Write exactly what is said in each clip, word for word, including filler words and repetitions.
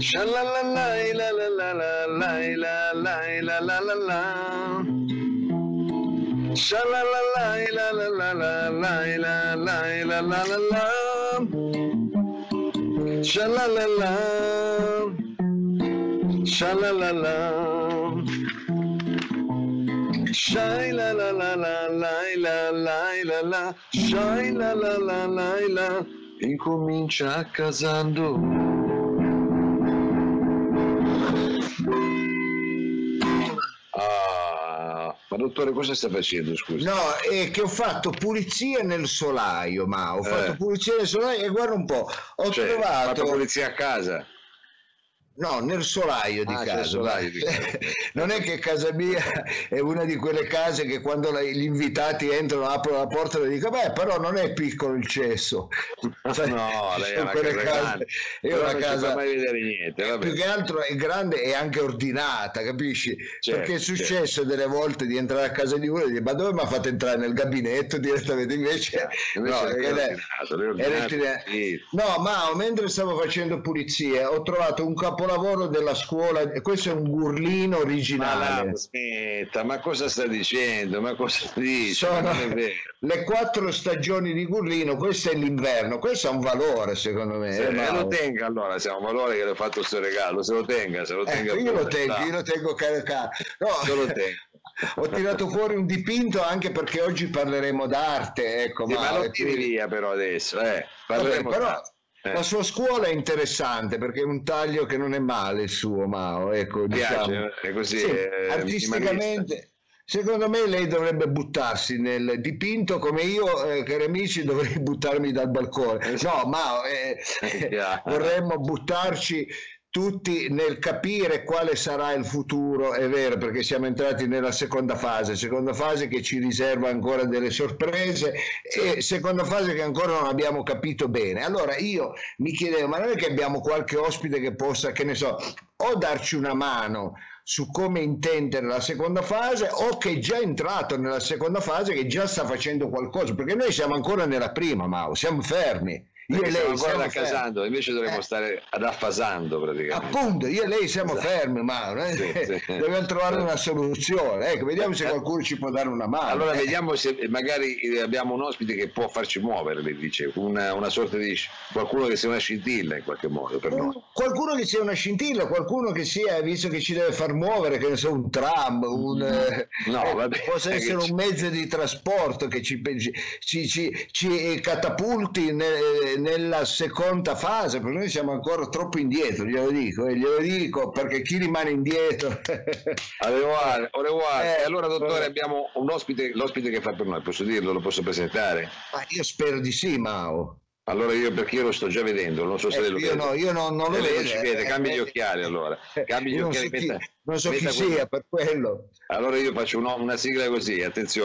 Sha-la-la-la, la-la-la-la, la-la-la-la-la-la-la. Sha-la-la-la, la-la-la-la, la-la-la-la-la-la. Sha-la-la-la, sha-la-la-la. Shai la la la la la la la la la, shai la la la la la, incomincia casando. Ah, ma dottore, cosa sta facendo, scusa? No, è che ho fatto pulizia nel solaio, ma ho fatto Eh. pulizia nel solaio e guarda un po', ho Cioè, ha trovato... fatto pulizia a casa. No, nel solaio di Ah, casa. nel solaio di casa. Non è che casa mia è una di quelle case che quando la- gli invitati entrano, aprono la porta e dicono: beh, però non è piccolo il cesso. Sai, No, lei è sono una quelle casa case- grande. è Però una non si casa fa mai vedere niente, vabbè. più che altro è grande e anche ordinata, capisci? Certo, Perché è successo delle volte di entrare a casa di uno e dire: ma dove mi ha fatto entrare nel gabinetto direttamente? Invece, Invece no, lei è quella è- ordinato, lei è è ordinato, ordinato. sì. No, ma mentre stavo facendo pulizia ho trovato un capolavoro della scuola, e questo è un gurlino Ma originale. la smetta, ma cosa sta dicendo? Ma cosa dice? Sono Ma non è vero. le quattro stagioni di Gurlino, questo è l'inverno, questo ha un valore secondo me. Se eh, lo Mauro. tenga allora, siamo un valore che le ho fatto questo regalo, se lo tenga, se lo tenga. Ecco, io lo pure. tengo, Dai, io lo tengo caricato. No, se lo tengo. ho tirato fuori un dipinto anche perché oggi parleremo d'arte, ecco, Sì, ma Mauro, lo e tiri quindi- via però adesso, eh. Vabbè, Parleremo però d'arte. Eh. la sua scuola è interessante perché è un taglio che non è male il suo, Mao, ecco, Piace, diciamo. è così, Sì, è artisticamente, secondo me lei dovrebbe buttarsi nel dipinto come io, eh, cari amici, dovrei buttarmi dal balcone. No, Mao, eh, È chiaro. vorremmo buttarci tutti nel capire quale sarà il futuro, è vero, perché siamo entrati nella seconda fase, seconda fase che ci riserva ancora delle sorprese e seconda fase che ancora non abbiamo capito bene. Allora io mi chiedevo, ma non è che abbiamo qualche ospite che possa, che ne so, o darci una mano su come intendere la seconda fase o che è già entrato nella seconda fase, che già sta facendo qualcosa, perché noi siamo ancora nella prima, Mao, siamo fermi. Io Perché e stiamo lei ancora siamo raccasando, fermi. invece dovremmo Eh. stare raffasando praticamente. Appunto, io e lei siamo Esatto. fermi, Mauro, eh? Sì, sì. Dobbiamo trovare una soluzione. Ecco, vediamo se qualcuno ci può dare una mano. Allora eh. vediamo se magari eh, abbiamo un ospite che può farci muovere, le dice, una, una sorta di qualcuno che sia una scintilla in qualche modo per noi. Qualcuno che sia una scintilla, qualcuno che sia, visto che ci deve far muovere, che ne so, un tram, un, eh, No, eh, vabbè, possa che essere ci- un mezzo di trasporto che ci, ci, ci, ci catapulti ne- nella seconda fase, perché noi siamo ancora troppo indietro, glielo dico, eh, glielo dico, perché chi rimane indietro... Au revoir, au revoir. Eh, E allora dottore vabbè. abbiamo un ospite, l'ospite che fa per noi, posso dirlo, lo posso presentare? Ma io spero di sì, Mao. Allora io perché io lo sto già vedendo, non so se Eh, lei lo io vede. no, io non, non lo E lei vedo. ci vede, eh, cambi gli eh, occhiali allora. Cambi gli io non occhiali, so chi, metta- non so chi metta quello. sia per quello. Allora io faccio uno- una sigla così,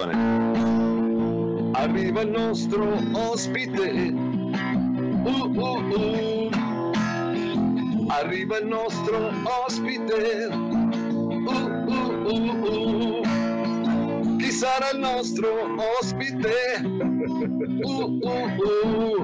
attenzione. Arriva il nostro ospite. Uh, uh, uh. Arriva il nostro ospite. Uh, uh, uh, uh. Chi sarà il nostro ospite? Uh, uh, uh.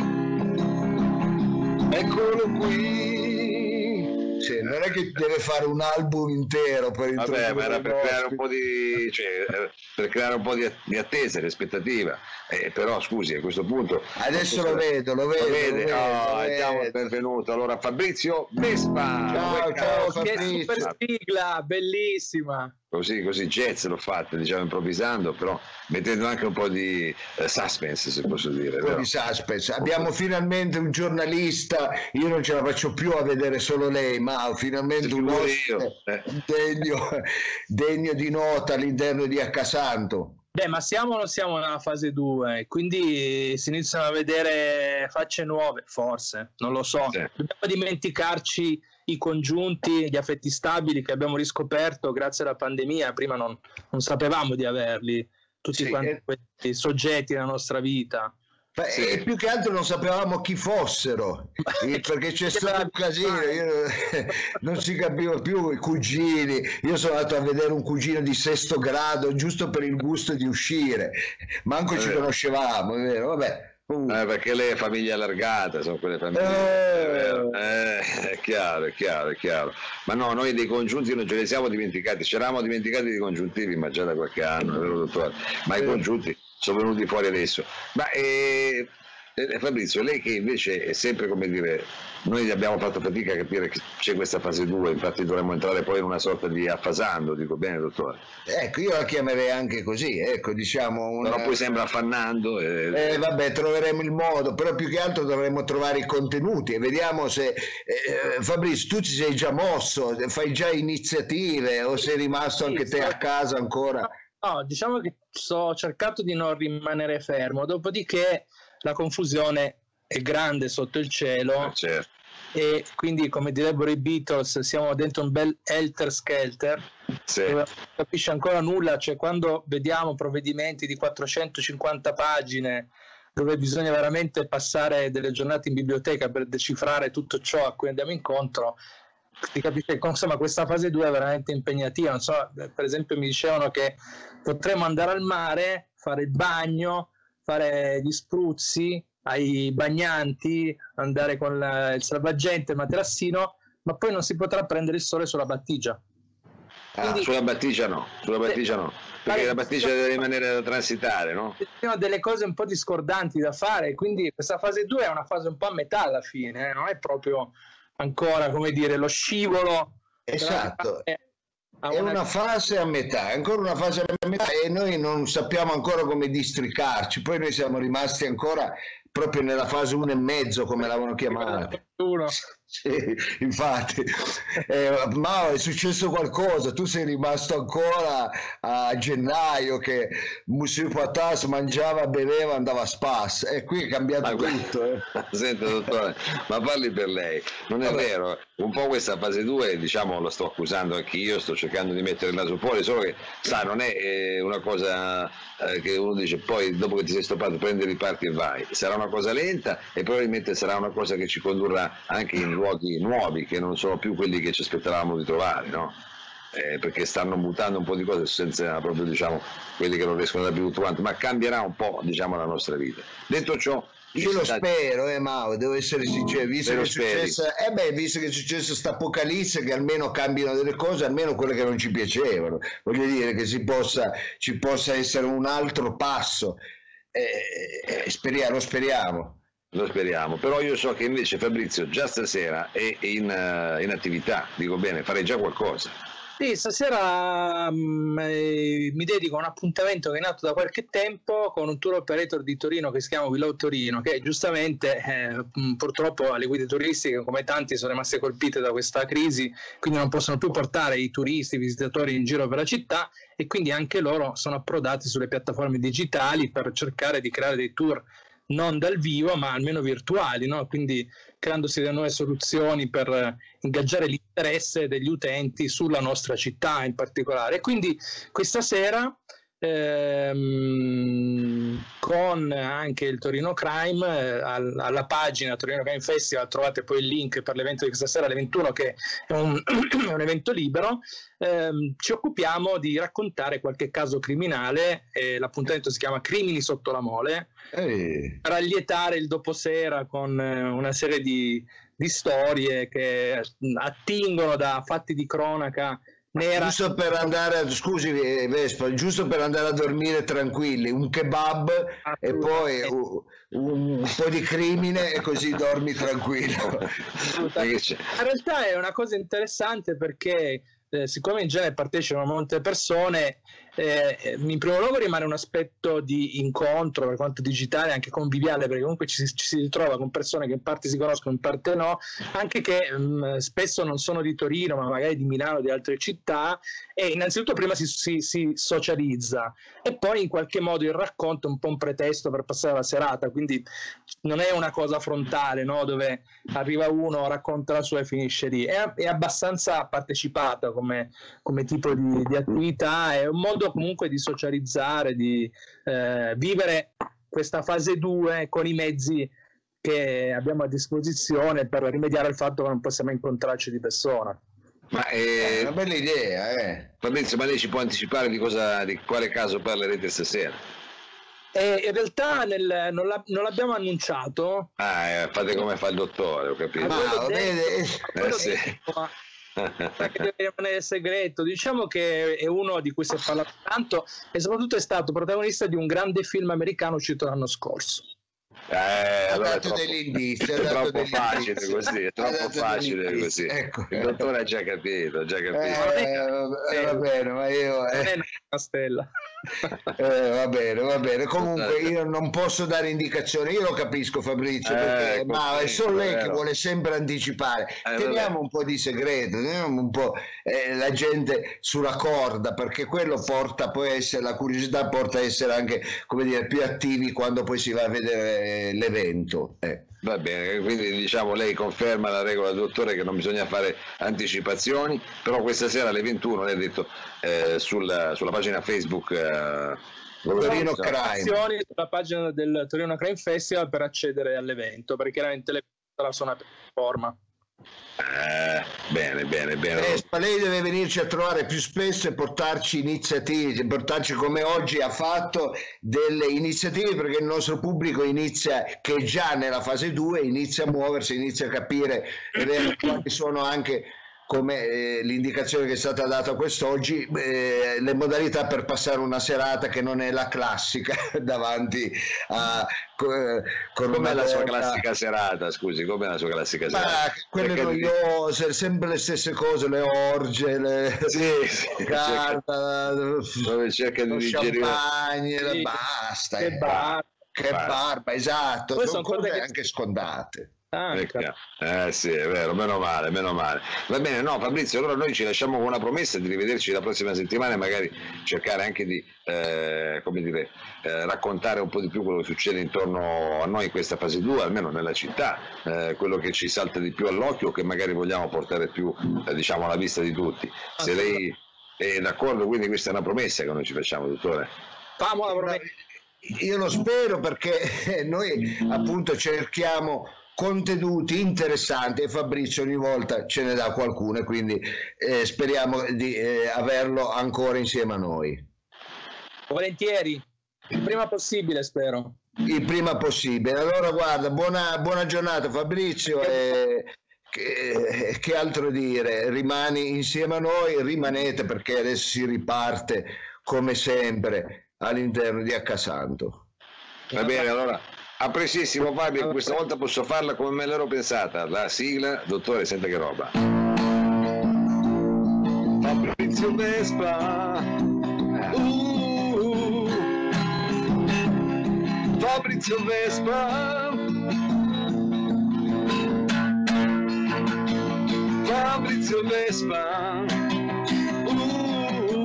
Eccolo qui. Sì, non è che deve fare un album intero per Vabbè, ma era per introdurre creare un un po' di, cioè, eh, per creare un po' di, di attesa, di aspettativa. Eh, però scusi, a questo punto Adesso non lo so se- vedo, lo vedo, Lo vede? lo vedo, Oh, lo diamo il vedo. benvenuto allora a Fabrizio Vespa. Ciao, Welcome. ciao, Che Fabrizio. super sigla, bellissima. Così, così jazz l'ho fatta, diciamo improvvisando, però mettendo anche un po' di eh, suspense, se posso dire. Un po' vero? di suspense. Abbiamo finalmente un giornalista, io non ce la faccio più a vedere solo lei, ma finalmente Sì, un pure ospite io, eh. degno, degno di nota all'interno di Accasanto. Beh, ma siamo o non siamo nella fase due, quindi si iniziano a vedere facce nuove, forse, non lo so. Sì. Dobbiamo dimenticarci i congiunti, gli affetti stabili che abbiamo riscoperto grazie alla pandemia, prima non, non sapevamo di averli, tutti Sì, quanti eh. questi soggetti nella nostra vita. Beh, Sì. E più che altro non sapevamo chi fossero, eh, perché c'è stato un casino, io, non si capiva più i cugini, io sono andato a vedere un cugino di sesto grado giusto per il gusto di uscire, manco ci vero. conoscevamo, è vero? Vabbè, Uh. Eh, perché lei è famiglia allargata, sono quelle famiglie. Eh. È vero. Eh, è chiaro, è chiaro, è chiaro. Ma no, noi dei congiunti non ce ne siamo dimenticati, ci eravamo dimenticati dei congiuntivi, ma già da qualche anno, è vero dottore? Ma i congiunti sono venuti fuori adesso. Ma eh, eh, Fabrizio, lei che invece è sempre, come dire, noi abbiamo fatto fatica a capire che c'è questa fase due, infatti dovremmo entrare poi in una sorta di affasando, dico bene dottore? Ecco, io la chiamerei anche così, ecco, diciamo una... Però poi sembra affannando. E... Eh, vabbè, troveremo il modo, però più che altro dovremmo trovare i contenuti e vediamo se... Eh, Fabrizio, tu ti sei già mosso, fai già iniziative o sei rimasto anche te a casa ancora? No, diciamo che ho cercato di non rimanere fermo, dopodiché la confusione è grande sotto il cielo, eh, certo. E quindi, come direbbero i Beatles, siamo dentro un bel helter skelter, sì. Dove non si capisce ancora nulla, cioè quando vediamo provvedimenti di quattrocentocinquanta pagine dove bisogna veramente passare delle giornate in biblioteca per decifrare tutto ciò a cui andiamo incontro, si capisce che insomma questa fase due è veramente impegnativa. Non so, per esempio mi dicevano che potremmo andare al mare, fare il bagno, fare gli spruzzi ai bagnanti, andare con la, il salvagente, il materassino, ma poi non si potrà prendere il sole sulla battigia. Quindi, ah, sulla battigia no, sulla battigia no, perché la battigia deve rimanere da transitare, no? Ci sono delle cose un po' discordanti da fare, quindi questa fase due è una fase un po' a metà alla fine, eh? Non è proprio ancora, come dire, lo scivolo. Esatto. È una... una fase a metà, è ancora una fase a metà e noi non sappiamo ancora come districarci, poi noi siamo rimasti ancora proprio nella fase uno e mezzo, come l'avevano chiamata. Uno. Sì, infatti, eh, ma è successo qualcosa, tu sei rimasto ancora a gennaio che Monsieur Poitas mangiava, beveva, andava a spas e qui è cambiato ma tutto. Eh. Senta dottore, ma parli per lei, non è Vabbè. vero, un po' questa fase due, diciamo, lo sto accusando anch'io, sto cercando di mettere il naso fuori, solo che, sa, non è eh, una cosa eh, che uno dice poi dopo che ti sei stoppato prendi, riparti e vai, sarà una cosa lenta e probabilmente sarà una cosa che ci condurrà anche in luoghi nuovi che non sono più quelli che ci aspettavamo di trovare, no? Eh, perché stanno mutando un po' di cose senza proprio, diciamo, quelli che non riescono da più tutto quanto, ma cambierà un po', diciamo, la nostra vita. Detto ciò, io lo spero, eh Mao, devo essere sincero, visto che, è successo, eh beh, visto che è successo sta apocalisse, che almeno cambino delle cose, almeno quelle che non ci piacevano, voglio dire che si possa, ci possa essere un altro passo, eh, eh, speriamo, lo speriamo. Lo speriamo, però io so che invece Fabrizio già stasera è in, uh, in attività, dico bene, farei già qualcosa. Sì, stasera um, eh, mi dedico a un appuntamento che è nato da qualche tempo con un tour operator di Torino che si chiama Willow Torino, che giustamente eh, purtroppo le guide turistiche, come tanti, sono rimaste colpite da questa crisi, quindi non possono più portare i turisti, i visitatori in giro per la città e quindi anche loro sono approdati sulle piattaforme digitali per cercare di creare dei tour non dal vivo ma almeno virtuali, no? Quindi creandosi delle nuove soluzioni per ingaggiare l'interesse degli utenti sulla nostra città in particolare. E quindi questa sera ehm, con anche il Torino Crime eh, al, alla pagina Torino Crime Festival trovate poi il link per l'evento di questa sera alle ventuno, che è un, un evento libero. ehm, ci occupiamo di raccontare qualche caso criminale, eh, l'appuntamento si chiama Crimini sotto la mole. Ehi. Per allietare il doposera con eh, una serie di, di storie che attingono da fatti di cronaca nera. Giusto per andare a, scusi Vespa, giusto per andare a dormire tranquilli, un kebab e poi un, un po' di crimine e così dormi tranquillo. In realtà è una cosa interessante perché eh, siccome in genere partecipano molte persone, eh, in primo luogo rimane un aspetto di incontro, per quanto digitale, anche conviviale, perché comunque ci, ci si ritrova con persone che in parte si conoscono, in parte no, anche che mh, spesso non sono di Torino ma magari di Milano o di altre città, e innanzitutto prima si, si, si socializza e poi in qualche modo il racconto è un po' un pretesto per passare la serata, quindi non è una cosa frontale, no? Dove arriva uno, racconta la sua e finisce lì, è, è abbastanza partecipata come, come tipo di, di attività, è un modo comunque di socializzare, di eh, vivere questa fase due con i mezzi che abbiamo a disposizione per rimediare al fatto che non possiamo incontrarci di persona. Ma è una bella idea, eh. Fabrizio, ma lei ci può anticipare di cosa, di quale caso parlerete stasera? E in realtà nel, non, la, non l'abbiamo annunciato. Ah, eh, fate come fa il dottore, ho capito. Ma, vede, eh, sì. Perché deve rimanere segreto. Diciamo che è uno di cui si è parlato tanto e soprattutto è stato protagonista di un grande film americano uscito l'anno scorso. Eh, ha allora dato è troppo, degli indizi, è dato troppo degli facile indizi. così, è troppo facile così. Ecco. Il dottore ha già capito, ha già capito. Eh, eh, va bene, ma io eh. Non è una stella. Eh, va bene, va bene. Comunque io non posso dare indicazioni. Io lo capisco, Fabrizio, Eh, perché, ma è solo lei vero. che vuole sempre anticipare. Eh, Teniamo vabbè. un po' di segreto, teniamo un po' eh, la gente sulla corda, perché quello porta poi a essere, la curiosità porta a essere anche, come dire, più attivi quando poi si va a vedere l'evento. Eh. Va bene, quindi diciamo lei conferma la regola del dottore che non bisogna fare anticipazioni, però questa sera alle ventuno lei ha detto eh, sulla, sulla pagina Facebook eh, Torino Crime, sulla pagina del Torino Crime Festival per accedere all'evento, perché chiaramente l'evento sarà su una piattaforma. Eh, bene, bene, bene. Eh, lei deve venirci a trovare più spesso e portarci iniziative, portarci come oggi ha fatto delle iniziative, perché il nostro pubblico inizia, che è già nella fase due, inizia a muoversi, inizia a capire e vedere quali sono anche, come eh, l'indicazione che è stata data quest'oggi, eh, le modalità per passare una serata che non è la classica davanti a co- con Com'è una la sua donna. classica serata, scusi, com'è la sua classica Ma serata? quelle Perché- noiose, sempre le stesse cose, le orge, le Sì, sì, carta, dove cerca di lo digerire. champagne, Sì, basta. che eh. bar- Che Barba. barba, esatto, Poi sono sono cose cose che- anche scondate. Anche. Eh sì, è vero, meno male, meno male. Va bene, no Fabrizio, allora noi ci lasciamo con una promessa di rivederci la prossima settimana e magari cercare anche di, eh, come dire, eh, raccontare un po' di più quello che succede intorno a noi in questa fase due, almeno nella città, eh, quello che ci salta di più all'occhio, che magari vogliamo portare più, eh, diciamo, alla vista di tutti. Se lei è d'accordo, quindi questa è una promessa che noi ci facciamo, dottore. Famo la promessa. Io lo spero, perché noi appunto cerchiamo contenuti interessanti e Fabrizio ogni volta ce ne dà qualcuno, e quindi eh, speriamo di eh, averlo ancora insieme a noi Volentieri, il prima possibile, spero. il prima possibile. Allora guarda, buona, buona giornata Fabrizio, e che, che altro dire, rimani insieme a noi, rimanete, perché adesso si riparte come sempre all'interno di Accasanto. Va bene, allora, a prestissimo Fabio, questa volta posso farla come me l'ero pensata, la sigla, dottore, senta che roba. Fabrizio Vespa, uh, Fabrizio Vespa, Fabrizio Vespa, uh,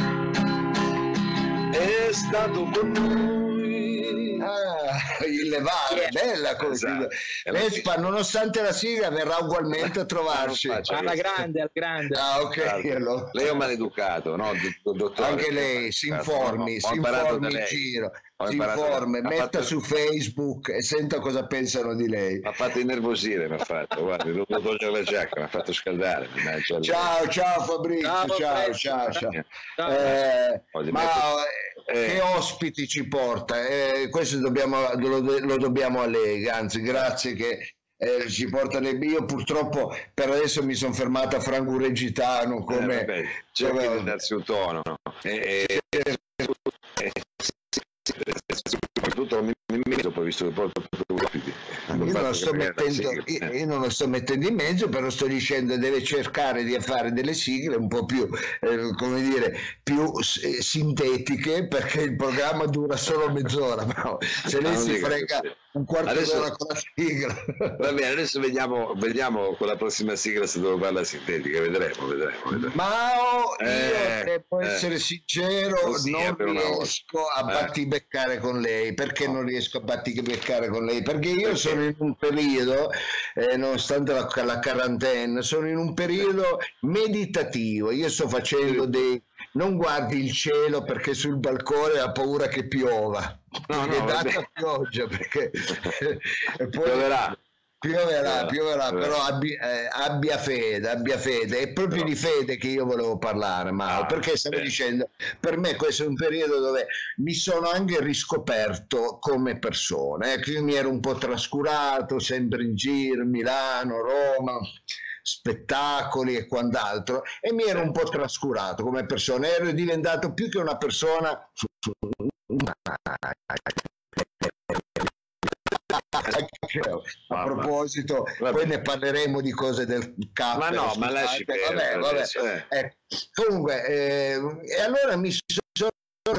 è stato con noi. Ah, il levare, bella cosa. Esatto. Vespa, nonostante la sigla, verrà ugualmente a trovarci. Non faccio Alla questo. grande, al grande. Ah, ok, Esatto. allora. Lei è un maleducato, no? do- dottore? Anche lei si informi, Ho si imparato informi da in lei. giro, Ho si imparato da- informi, ha metta fatto- su Facebook e senta cosa pensano di lei. Mi ha fatto innervosire, mi ha fatto, guarda, ho dovuto togliere la giacca, mi ha fatto scaldare. mannaggia. Ciao, ciao Fabrizio, Ciao, ciao, Fabrizio. ciao, ciao. Ciao. Eh, Oggi ma metto- eh, eh. che ospiti ci porta? Eh, questo dobbiamo, lo, lo dobbiamo a lei, anzi grazie che eh, ci porta lei. Io purtroppo per adesso mi sono fermato a Franco Regitano, Eh, come... vabbè, cerchi come- di darsi un tono, no? E, e, e- soprattutto mi mi mezzo, poi visto che porto tutti gli ospiti. Hanno Io non, fatto lo sto che magari la mettendo, sigla, io, eh. io non lo sto mettendo in mezzo, però sto dicendo deve cercare di fare delle sigle un po' più, eh, come dire, più eh, sintetiche, perché il programma dura solo mezz'ora, però se lei Non si dica frega così. un quarto Adesso- d'ora con la sigla. Va bene, adesso vediamo, vediamo con la prossima sigla se devo farla sintetica, vedremo, vedremo, vedremo. Ma oh, io Eh, devo eh. essere sincero, Così è non per una volta. riesco a Eh. battibeccare con lei. Perché No. non riesco a battibeccare con lei? Perché io Perché? sono in un periodo, eh, nonostante la, la quarantena, sono in un periodo meditativo. Io sto facendo dei... Non guardi il cielo perché sul balcone ha paura che piova. No, no, è va data bene. pioggia perché e poi Pioverà. Pioverà, pioverà, però abbi, eh, abbia fede, abbia fede, è proprio di fede che io volevo parlare, Mao, perché stavo dicendo, per me questo è un periodo dove mi sono anche riscoperto come persona, eh, che io mi ero un po' trascurato, sempre in giro, Milano, Roma, spettacoli e quant'altro, e mi ero un po' trascurato come persona, ero diventato più che una persona a proposito, vabbè, poi ne parleremo di cose del capo, ma no, ma lasci vabbè, vabbè. Eh. Eh, comunque eh, e allora mi sono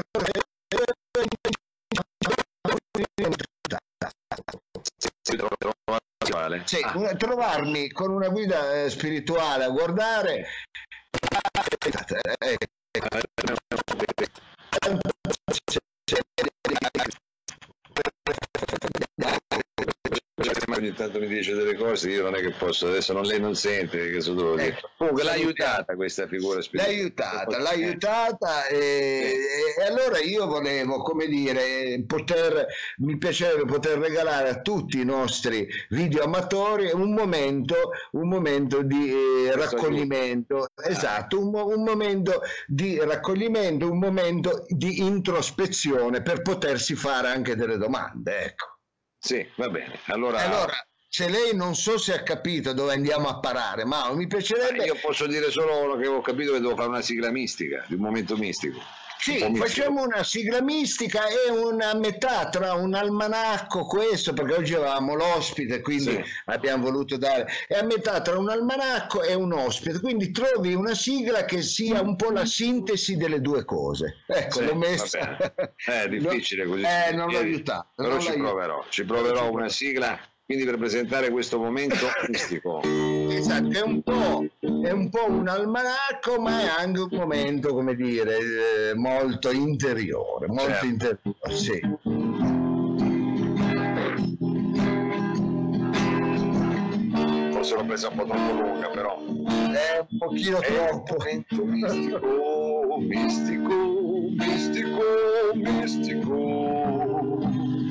sì, una, trovarmi con una guida eh, spirituale a guardare eh, ogni tanto mi dice delle cose, io non è che posso, adesso non, lei non sente che so devo dire. Ecco, comunque l'ha aiutata questa figura spirituale, l'ha aiutata, l'ha aiutata e, e allora io volevo, come dire, poter, mi piacerebbe poter regalare a tutti i nostri videoamatori un momento, un momento di eh, raccoglimento, esatto, un, un momento di raccoglimento, un momento di introspezione per potersi fare anche delle domande, ecco. Sì, va bene. Allora, allora, se lei non so se ha capito dove andiamo a parare, ma mi piacerebbe... Io posso dire solo che ho capito che devo fare una sigla mistica, di un momento mistico. Sì, un facciamo una sigla mistica e una metà tra un almanacco, questo, perché oggi avevamo l'ospite, quindi sì, abbiamo voluto dare, e a metà tra un almanacco e un ospite, quindi trovi una sigla che sia un po' la sintesi delle due cose. Ecco, sì, l'ho messa. È difficile così. Eh, non l'ho aiutato. Però non ci proverò, ci proverò una sigla, quindi per presentare questo momento mistico. Esatto, è un po', è un po' un almanacco, ma è anche un momento, come dire, eh, molto interiore, molto certo, interiore, sì. Forse l'ho presa un po' troppo lunga, però. È un pochino è troppo. Un momento mistico, mistico, mistico, mistico.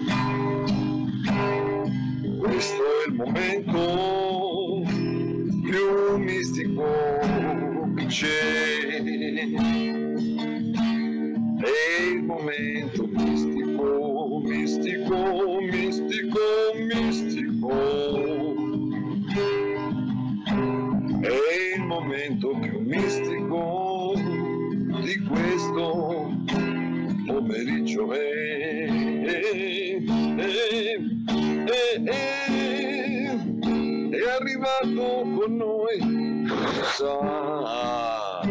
Questo è il momento più mistico che c'è, è il momento mistico, mistico, mistico, mistico, è il momento più mistico di questo pomeriggio. È, è, è, è, è, è arrivato con noi, sa.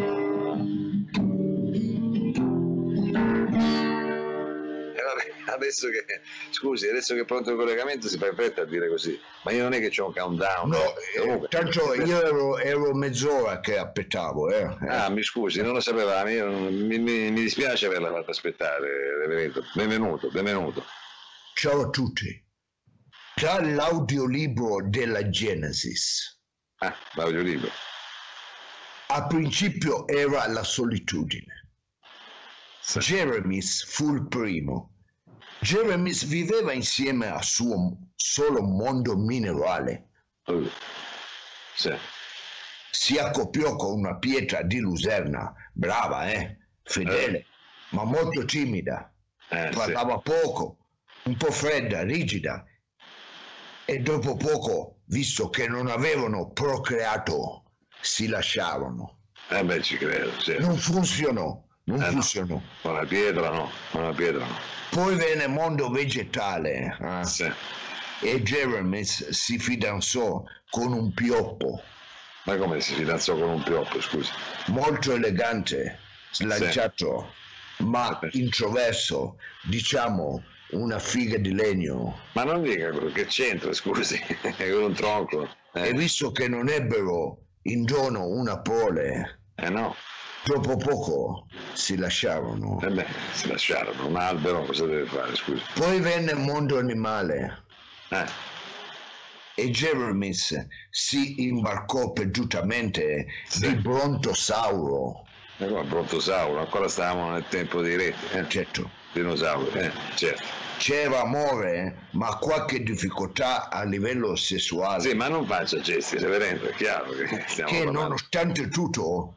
Adesso che, scusi, adesso che è pronto il collegamento si fa in fretta a dire così, ma io non è che c'ho un countdown. No, eh, tanto io ero, ero mezz'ora che aspettavo. Eh. Ah, mi scusi, non lo sapevamo, io, mi, mi, mi dispiace averla fatta aspettare, benvenuto, benvenuto. Ciao a tutti. Dall'audiolibro della Genesis. Ah, l'audiolibro. A principio era la solitudine. Sì. Jeremis fu il primo. Jeremis viveva insieme al suo solo mondo minerale. Uh, sì. Si accoppiò con una pietra di lucerna, brava, eh? Fedele, eh. ma molto timida. Eh, Parlava sì. poco, un po' fredda, rigida. E dopo poco, visto che non avevano procreato, si lasciarono. Eh beh, ci credo, sì. Non funzionò, non eh funzionò. No. Con la pietra no, con la pietra no. Poi venne il mondo vegetale eh? sì. e Jeremis si fidanzò con un pioppo. Ma come si fidanzò con un pioppo, scusi? Molto elegante, slanciato, sì. ma introverso, diciamo una figa di legno. Ma non dica quello che c'entra, scusi, è con un tronco. Eh. E visto che non ebbero in dono una prole, eh no. dopo poco si lasciarono. Eh beh, si lasciarono, un albero cosa deve fare, scusi? Poi venne il mondo animale. Eh. E Jeremis si imbarcò perdutamente sì. di Brontosauro. E come Brontosauro, ancora stavamo nel tempo dei re, eh? Certo. Dinosauri, eh? Certo. C'era amore, ma qualche difficoltà a livello sessuale. Sì, ma non faccia gesti, reverendo, è chiaro che stiamo che parlando. nonostante tutto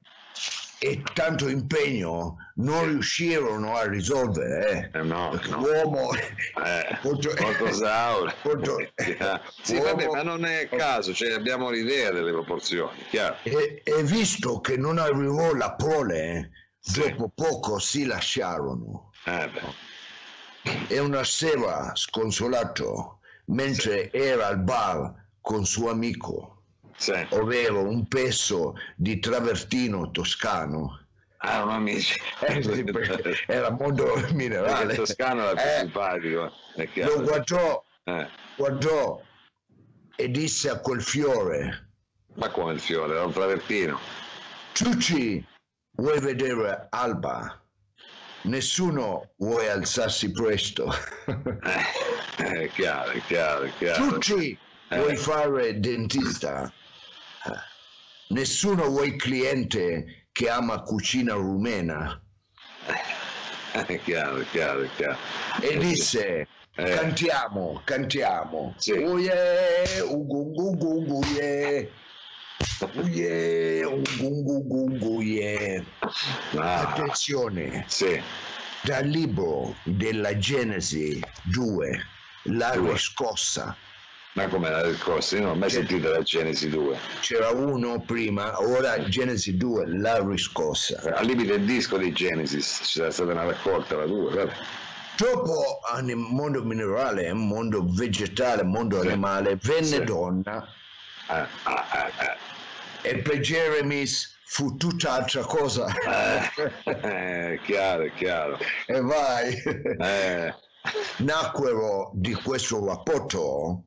e tanto impegno non riuscirono a risolvere. Eh. Eh no, Perché no. l'uomo Eh, molto- Brontosauro. molto- Sì, uomo- vabbè, ma non è caso, cioè abbiamo l'idea delle proporzioni, chiaro. e, e visto che non arrivò la prole, Sì. dopo poco si lasciarono. Eh, beh. E una sera, sconsolato, mentre era al bar con suo amico, Sì. ovvero un pezzo di travertino toscano, Ah, un amici. eh, sì, perché era mondo Perché minerale, il toscano era più Eh, simpatico, è chiaro. lo guardò, Eh. guardò e disse a quel fiore: Ma come il fiore, era un travertino. Ciucci, vuoi vedere Alba? Nessuno vuole alzarsi presto. Eh, è chiaro, è chiaro, è chiaro. Ciucci, Eh. vuoi fare dentista? Nessuno vuole cliente che ama cucina rumena. È chiaro, è chiaro, è chiaro. E disse: Eh. cantiamo, cantiamo. Sì. Uye, ugungugungu, ye. Uye, ugungugungu, ye. Ah, Attenzione, sì, dal libro della Genesi due, la Due. riscossa. ma come la riscossa? Io non ho mai sentito la Genesi due. C'era uno prima, ora Genesi due, la riscossa. Al limite il disco di Genesis, c'era stata una raccolta, la due, vabbè. Dopo nel mondo minerale, mondo vegetale, mondo Sì. animale, venne Sì. donna Ah, ah, ah, ah. e per Jeremis fu tutt'altra cosa. Eh, è chiaro, è chiaro. E vai. Eh, Nacquero di questo rapporto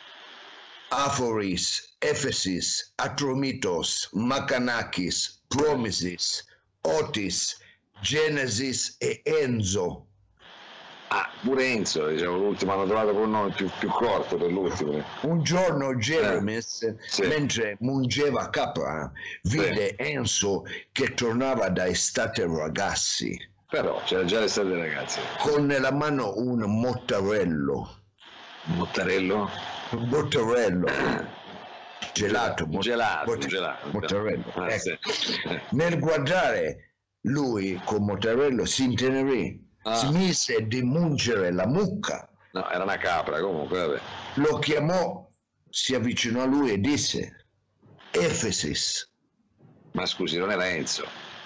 Aforis, Efesis, Atromitos, Macanakis, Promisis, Otis, Genesis e Enzo. ah, pure Enzo, diciamo, l'ultimo hanno trovato con un nome più, più corto per l'ultimo. Un giorno Jeremis, Eh, sì. mentre mungeva capra, vide Enzo che tornava da estate ragazzi, Però c'era già l'estate ragazzi. con nella mano un mottarello. Mottarello? Un mottarello. Gelato, Un mot- gelato, un mot- gelato. Mottarello. Ah, ecco. sì. Nel guardare lui con Mottarello si intenerì, Ah. smise di mungere la mucca, No, era una capra comunque, vabbè. lo chiamò, si avvicinò a lui e disse: Efesis. Ma scusi, non era Enzo.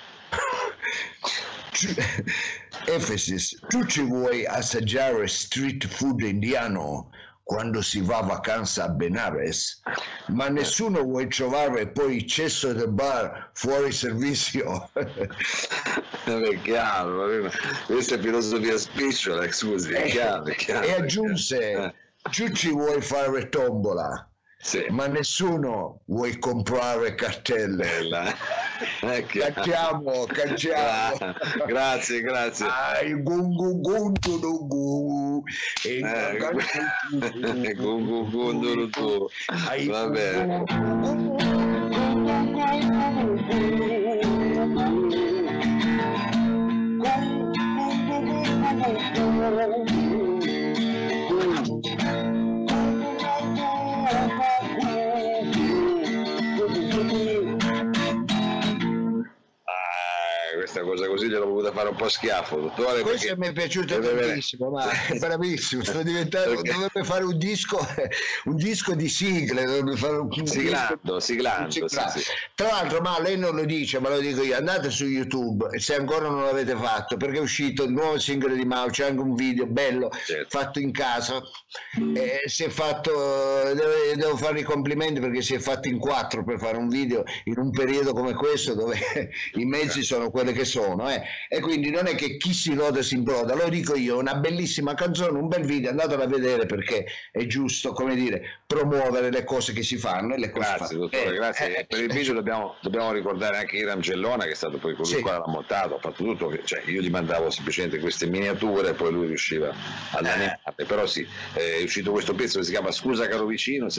Ci- Efesis, tu ci vuoi assaggiare street food indiano quando si va a vacanza a Benares? Ma nessuno vuole trovare poi il cesso del bar fuori servizio. È chiaro, vabbè, questa è filosofia spicciola, scusi, è chiaro, è chiaro. E aggiunse: Eh, tu ci vuoi fare tombola, sì, ma nessuno vuoi comprare cartelle. bella. È chiaro. Cantiamo, cantiamo. Gra- grazie, grazie. Ai gungu gundu dungu. E Eh, gu- gu- gu- du- du. Ai Va bene. Ah, questa cosa così gliel'ho voluta fare un po' schiaffo, dottore. Questo perché mi è piaciuto deve- tantissimo, ma è bravissimo. Sto diventando, Perché- dovrebbe fare un disco, un disco di sigle. Dovrebbe fare un Siglando, disco- siglando, sì, siglando. sì. Tra l'altro, ma lei non lo dice, ma lo dico io. Andate su YouTube se ancora non l'avete fatto, perché è uscito il nuovo singolo di Mao. C'è anche un video bello Certo. fatto in casa. Eh, si è fatto, devo, devo fare i complimenti perché si è fatto in quattro per fare un video in un periodo come questo dove i mezzi sono quelli che sono, eh. E quindi non è che chi si loda si imbroda, lo dico io. Una bellissima canzone, un bel video, andatelo a vedere perché è giusto, come dire, promuovere le cose che si fanno e le cose Grazie fatte. dottore, Eh, grazie. eh, E per il video dobbiamo, dobbiamo ricordare anche Iram Gellona, che è stato poi colui Sì. che l'ha montato, ha fatto tutto, che- cioè io gli mandavo semplicemente queste miniature e poi lui riusciva ad animarle. Però sì, è uscito questo pezzo che si chiama Scusa caro vicino, se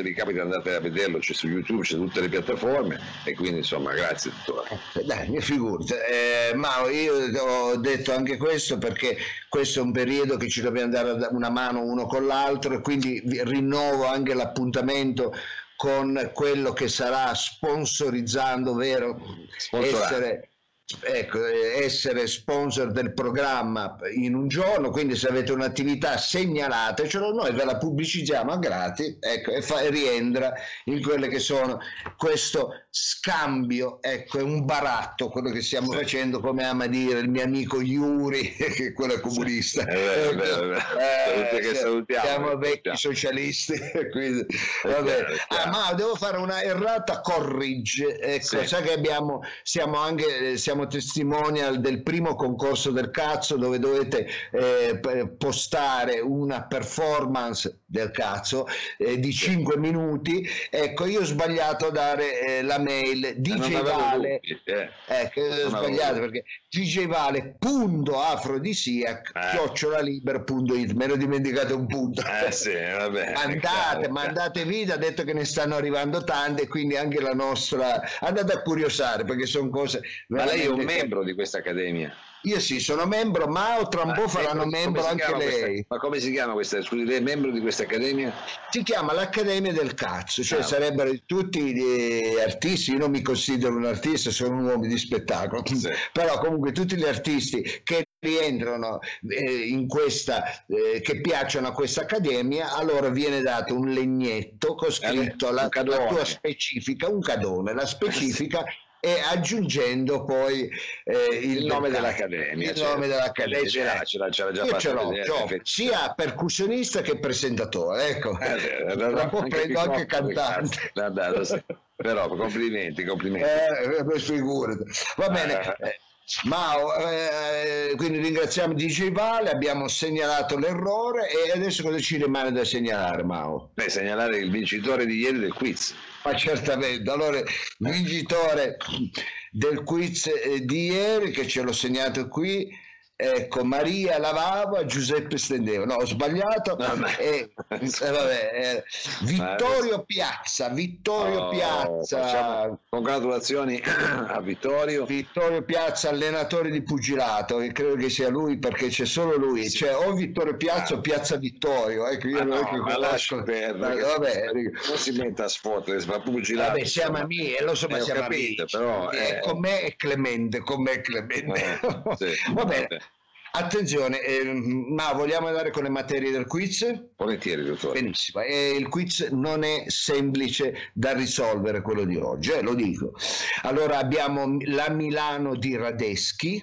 vi capita andate a vederlo, c'è su YouTube, c'è su tutte le piattaforme, e quindi insomma grazie dottore. Dai, mi figurati, eh, ma io ho detto anche questo perché questo è un periodo che ci dobbiamo dare una mano uno con l'altro, e quindi rinnovo anche l'appuntamento con quello che sarà sponsorizzando, vero? Essere, ecco, essere sponsor del programma in un giorno, quindi se avete un'attività segnalatecelo, noi ve la pubblicizziamo a gratis, ecco, e, fa, e rientra in quelle che sono questo scambio, ecco, è un baratto quello che stiamo sì. facendo, come ama dire il mio amico Iuri, che quello è comunista. Sì. È vero, ecco, è vero, è vero. Eh, che salutiamo, siamo vecchi socialisti, quindi, vabbè. Ah, ma devo fare una errata corrige, ecco, sì. Sai che abbiamo, siamo anche siamo testimonial del primo concorso del cazzo, dove dovete eh, postare una performance del cazzo eh, di cinque minuti. Ecco, io ho sbagliato a dare eh, la mail D J Vale, eh. ecco, ho sbagliato perché D J Vale punto afrodisiac eh. chiocciolaliber punto it, me l'ho dimenticato un punto. Eh sì, vabbè, andate, chiaro, mandate vita, ha detto che ne stanno arrivando tante, quindi anche la nostra, andate a curiosare perché sono cose. Ma lei è un membro di questa accademia? Io sì, sono membro, Mao Trambò ah, faranno membro anche lei. Questa, ma come si chiama questa? Scusi, lei è membro di questa accademia? Si chiama l'Accademia del Cazzo, cioè ah, sarebbero tutti gli artisti, io non mi considero un artista, sono un uomo di spettacolo, sì. Però comunque tutti gli artisti che rientrano eh, in questa, eh, che piacciono a questa accademia, allora viene dato un legnetto con scritto la, la tua specifica, un cadone, la specifica e aggiungendo poi eh, il, il nome dell'accademia, il cioè, nome dell'accademia ce l'ha, ce l'ha, ce l'ha già io ce l'ho, vedere, sia percussionista che presentatore, ecco, eh, eh, tra poco prendo anche cantante, da, da, da, sì. Però complimenti, complimenti, eh, figurati. Va bene. Eh. Mao, eh, quindi ringraziamo D J Vale, abbiamo segnalato l'errore e adesso cosa ci rimane da segnalare, Mao? Beh, segnalare il vincitore di ieri del quiz. Ma certamente, allora vincitore del quiz di ieri, che ce l'ho segnato qui, ecco, Maria lavava, Giuseppe stendeva, no, ho sbagliato, no, e, eh, vabbè, eh, Vittorio Piazza, Vittorio oh, Piazza, facciamo congratulazioni a Vittorio. Vittorio Piazza, allenatore di pugilato, che credo che sia lui perché c'è solo lui, sì. Cioè o Vittorio Piazza ah. o Piazza Vittorio, ecco, io ah, non no, che ma lascio perdere, vabbè, non si metta a sfottere, fa pugilato. Vabbè, siamo amici, e lo so, ma eh, siamo capito, amici, però, eh, con me è Clemente, con me è Clemente. Eh, sì, va bene. Vabbè. Attenzione, eh, ma vogliamo andare con le materie del quiz? Volentieri, dottore. Benissimo, e il quiz non è semplice da risolvere quello di oggi, eh, lo dico. Allora abbiamo la Milano di Radeschi.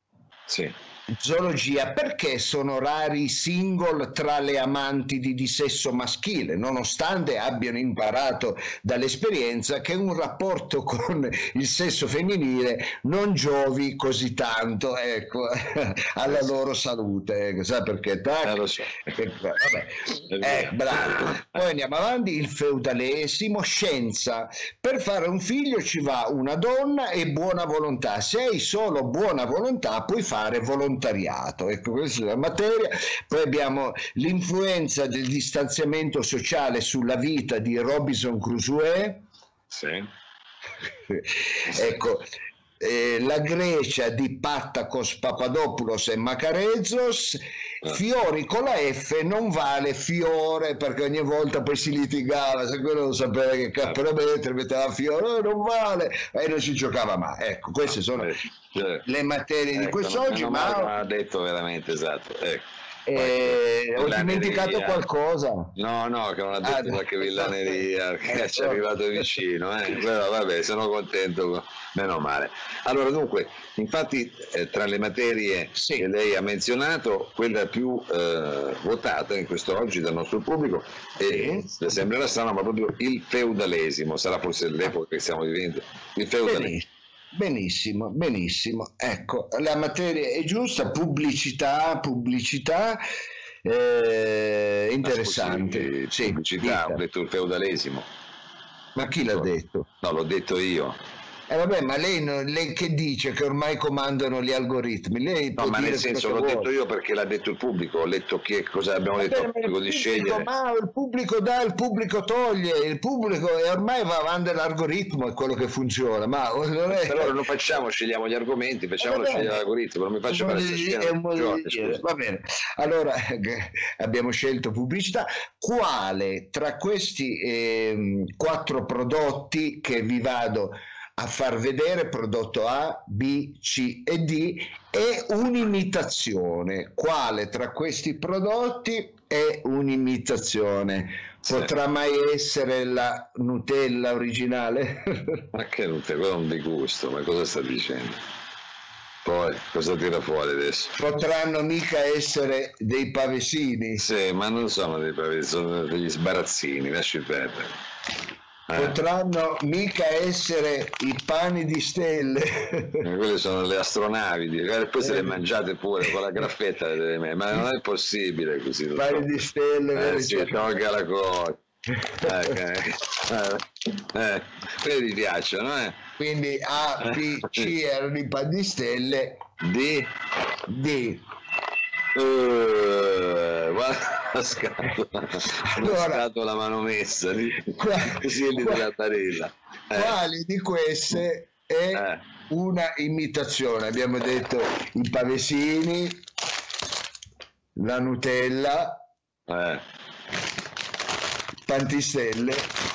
Sì. Zoologia, perché sono rari i single tra le amanti di, di sesso maschile, nonostante abbiano imparato dall'esperienza che un rapporto con il sesso femminile non giovi così tanto, ecco, alla loro salute, ecco, sa perché? Tac, eh, lo so. eh, vabbè. Eh, bravo. Poi andiamo avanti, il feudalesimo, scienza, per fare un figlio ci va una donna e buona volontà, se hai solo buona volontà puoi fare volontariato. Ecco, questa è la materia. Poi abbiamo l'influenza del distanziamento sociale sulla vita di Robinson Crusoe. Sì. Ecco, eh, la Grecia di Pattakos, Papadopoulos e Macarezos. Fiori con la F non vale fiore, perché ogni volta poi si litigava, se quello non sapeva che cappello mettere, metteva fiore, oh, non vale, e non si giocava mai. Ecco, queste sono eh, le materie ecco, di quest'oggi. Ma non ha detto veramente, esatto, ecco. Eh, ho dimenticato qualcosa? No, no, che non ha detto ah, qualche villaneria, che ci è arrivato vicino, eh. Però vabbè, sono contento, meno male. Allora, dunque, infatti, eh, tra le materie sì. che lei ha menzionato, quella più eh, votata in quest'oggi dal nostro pubblico, e sì. sembrerà strano, ma proprio il feudalesimo, sarà forse l'epoca che stiamo vivendo, il feudalesimo. Benissimo, benissimo. Ecco, la materia è giusta, pubblicità, pubblicità, eh, interessante. Sì, pubblicità, ho detto il feudalesimo. Ma chi l'ha detto? No, l'ho detto io. Eh vabbè, ma lei, non- lei che dice che ormai comandano gli algoritmi? Lei No, può ma dire nel senso quello l'ho che detto vuole. io perché l'ha detto il pubblico, ho letto che cosa abbiamo detto al Vabbè, ma il pubblico di pubblico, scegliere. ma il pubblico dà, il pubblico toglie, il pubblico e ormai va avanti l'algoritmo, è quello che funziona. Ma non è... Però non facciamo, scegliamo gli argomenti, facciamolo Va scegliere bene. l'algoritmo, non mi faccio Un fare modo questa di dire- scena è un tutti i modo di giorni, dire. scusa. Va bene, allora eh, abbiamo scelto pubblicità. Quale tra questi ehm, quattro prodotti che vi vado a far vedere, prodotto A, B, C e D, è un'imitazione? Quale tra questi prodotti è un'imitazione? Sì. Potrà mai essere la Nutella originale? Ma che non te, quello è un disgusto, ma cosa sta dicendo? Poi, cosa tira fuori adesso? Potranno mica essere dei pavesini? Sì, ma non sono dei pavesi, sono degli sbarazzini, lasci perdere. Eh, Potranno mica essere i pani di stelle? quelle sono le astronavi, di- e poi se le mangiate pure con la graffetta, le deve mettere. Ma non è possibile così. I pani di stelle, Eh vero? sì, Cioè- tolga la cosa. Eh, eh, eh, quelli ti piacciono, eh? Quindi A, B, C erano i pani di stelle, Di... D. Uh, guarda la scatola, Allora- la scatola manomessa, di... Qua- così è lì qua- della barilla. Eh, Quali di queste è Eh. una imitazione? Abbiamo detto i pavesini, la Nutella, eh. Pantistelle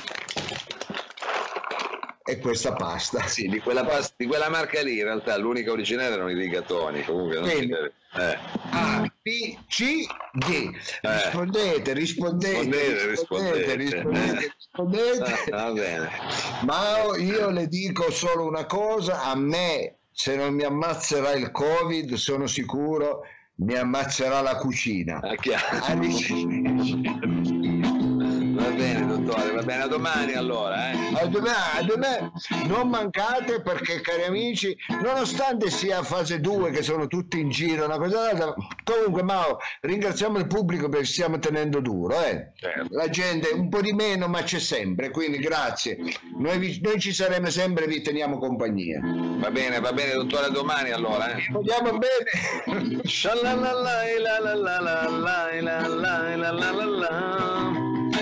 e questa pasta. Sì, di quella, pas- di quella marca lì in realtà l'unica originale erano i rigatoni, comunque non si Quindi- deve... Eh. A, B, C, D. Rispondete, rispondete, Rispondete, rispondete, rispondete. rispondete, rispondete. Ah, va bene. Ma io le dico solo una cosa, a me se non mi ammazzerà il Covid, sono sicuro mi ammazzerà la cucina. Ah, chiaro. Ah, Va bene, dottore, va bene, a domani allora, eh. A domani, a domani. Non mancate perché, cari amici, nonostante sia fase due che sono tutti in giro, una cosa d'altra, comunque Mao, ringraziamo il pubblico perché stiamo tenendo duro, eh. Certo. La gente un po' di meno ma c'è sempre, quindi grazie, noi, vi- noi ci saremo sempre, vi teniamo compagnia. Va bene, va bene, dottore, a domani allora, eh. Vogliamo bene? Shalalalai, la la la la la la la la la la la.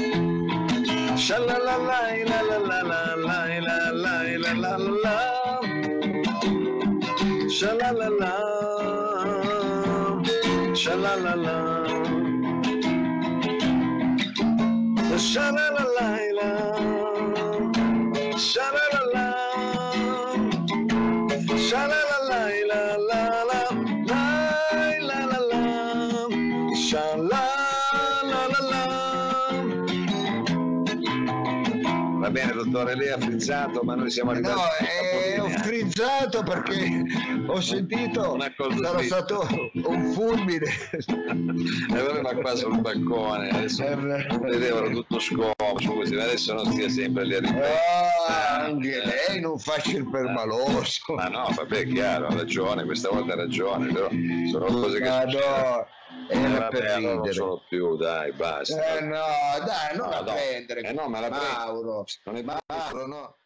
Shalalalai, la la la la la la la la la la la. Shalalala, shalalala. Shalalalai, la. Shalalala. Shalalai, la la la. Lai, la la la. Shalalalala. Va bene, dottore, lei ha frizzato, ma noi siamo arrivati. No, eh, ho frizzato perché ho sentito Una cosa sarà triste. stato un fulmine. E voleva qua sul balcone, adesso non vedevano tutto scopo, scusi, ma adesso non stia sempre lì a ripetere. Ah, anche lei non faccia il permaloso. Ma no, vabbè, è chiaro, ha ragione, questa volta ha ragione, però sono cose che Ma succedono. no, Eh, era vabbè, per allora non ridere. sono più, dai, basta. Eh no, dai, non No, la no. prendere. Eh no, ma la prendo. Mauro, Non è Mauro, no.